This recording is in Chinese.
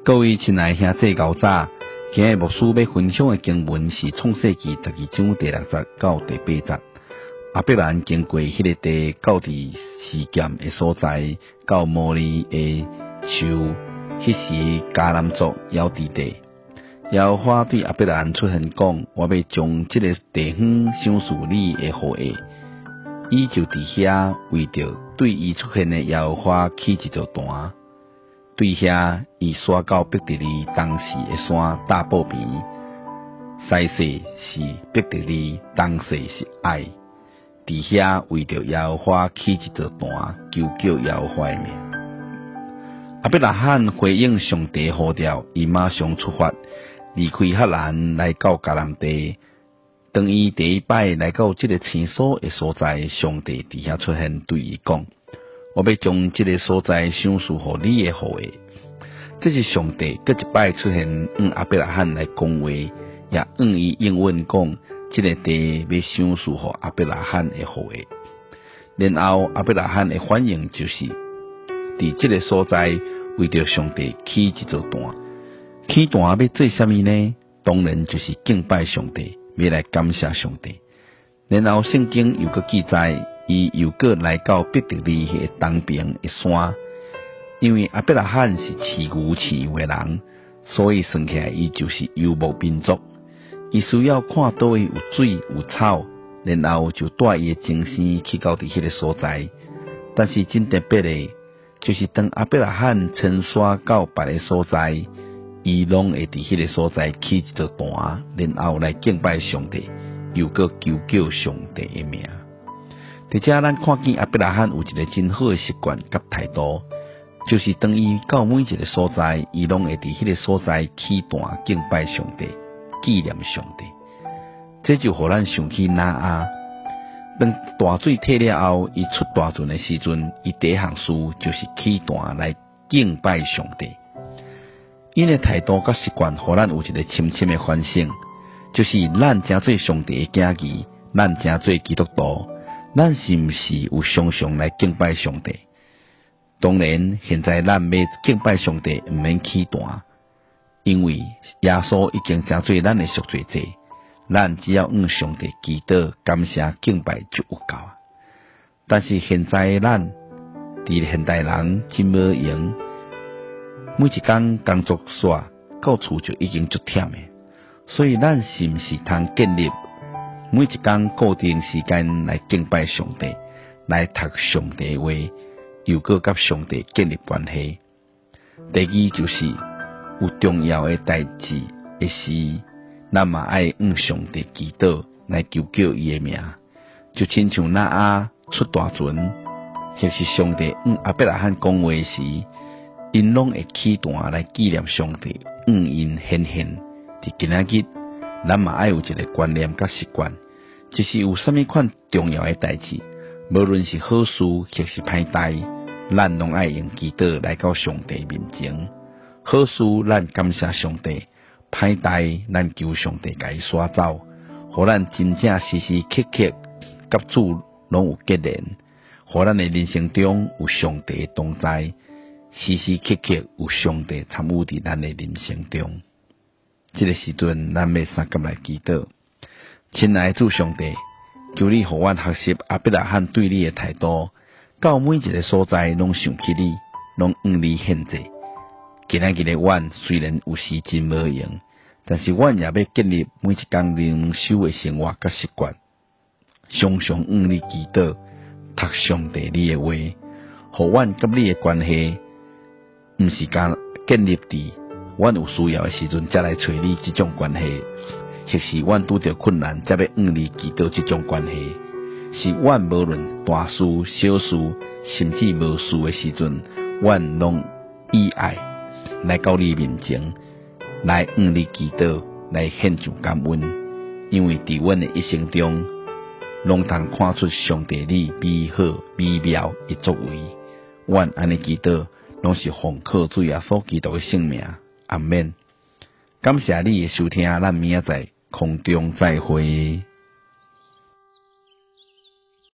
各位亲爱兄弟高早，今日牧师要分享的经文是创世纪12章第60到第8节。亚伯兰经过迄个地到伫示剑的所在，到摩利的树，迄时迦南族犹伫地。耶和华对亚伯兰出现讲：我要将这个地方赏赐你的后裔。伊就伫遐为着对伊出现的耶和华起一座坛。对遐，伊刷到伯特利当时的山大埔边，西势是伯特利，东势是爱。伫遐为着耶和华起一座坛，求叫耶和华的名。亚伯拉罕回应上帝呼召，伊马上出发，离开赫兰来到迦南地。当伊第一摆来到这个青所的所在，上帝伫遐出现，对伊讲：我要将这个所在赏赐予你的后裔。这是上帝搁一摆出现，亚伯拉罕来讲话，也伊应允讲，这个地要赏赐予亚伯拉罕的后裔。然后亚伯拉罕的反应就是，伫这个所在为着上帝起一座坛。起坛要做什么呢？当然就是敬拜上帝，要来感谢上帝。然后圣经又搁记载，伊又搁来到伯特利迄个东边的山，因为亚伯拉罕是饲牛饲羊的人，所以算起来伊就是游牧民族。伊需要看倒位有水有草，然后就带伊的精神去到伫迄个所在。但是真特别的，就是当亚伯拉罕穿梭到别个所在，伊拢会伫迄个所在起一座坛，然后来敬拜上帝，又搁求叫上帝的名。伫遮咱看见亚伯拉罕有一个真好的习惯甲态度，就是当伊到每一个所在，伊拢会伫迄个所在起坛敬拜上帝，纪念上帝。这就互咱想起拿阿，当大水退了后，伊出大船的时阵，伊第一项事就是起坛来敬拜上帝。因的态度甲习惯，互咱有一个深深的反省，就是咱诚做上帝的囝儿，咱诚做基督徒，咱是毋是有常常来敬拜上帝？当然，现在咱要敬拜上帝，毋免起坛，因为耶稣已经诚做咱的赎罪祭，咱只要向上帝祈祷、感谢、敬拜就有够。但是现在的咱，伫现代人真无用。每一工工作煞到厝就已经足忝诶，所以咱是毋是通建立每一工固定时间来敬拜上帝，来读上帝话，又搁甲上帝建立关系。第二就是有重要诶代志的时，咱嘛爱向上帝祈祷，来求叫伊诶名。就亲像那阿出大船，或是上帝亚伯拉罕讲话时，因拢会起坛来纪念上帝，因显现。伫今仔日，咱嘛爱有一个观念甲习惯，就是有啥物款重要诶代志，无论是好事或是歹代，咱拢爱用祈祷来到上帝面前。好事咱感谢上帝，歹代咱求上帝甲伊刷走，互咱真正时时刻刻甲主拢有结连，互咱诶人生中有上帝诶同在。时时刻刻有上帝参与伫咱的人生中。这个时阵，咱要三甲来祈祷。亲爱的主上帝，求你互阮学习亚伯拉罕对你的态度，到每一个所在拢想起你，拢向你献祭。今仔日的阮虽然有时真无用，但是阮也要建立每一工灵修的生活甲习惯，常常向你祈祷，读上帝你的话，互阮甲你的关系。毋是讲建立伫阮有需要的时阵才来找你这种关系，或是阮拄着困难才要向你祈祷这种关系，是阮无论大事小事，甚至无事的时阵，阮拢以爱来到你面前，来向你祈祷，来献上感恩，因为伫阮的一生中，拢通看出上帝你美好美妙的作为，阮安尼祈祷。拢是奉靠主耶稣基督的圣名，阿免。感谢你的收听，咱明仔载空中再会。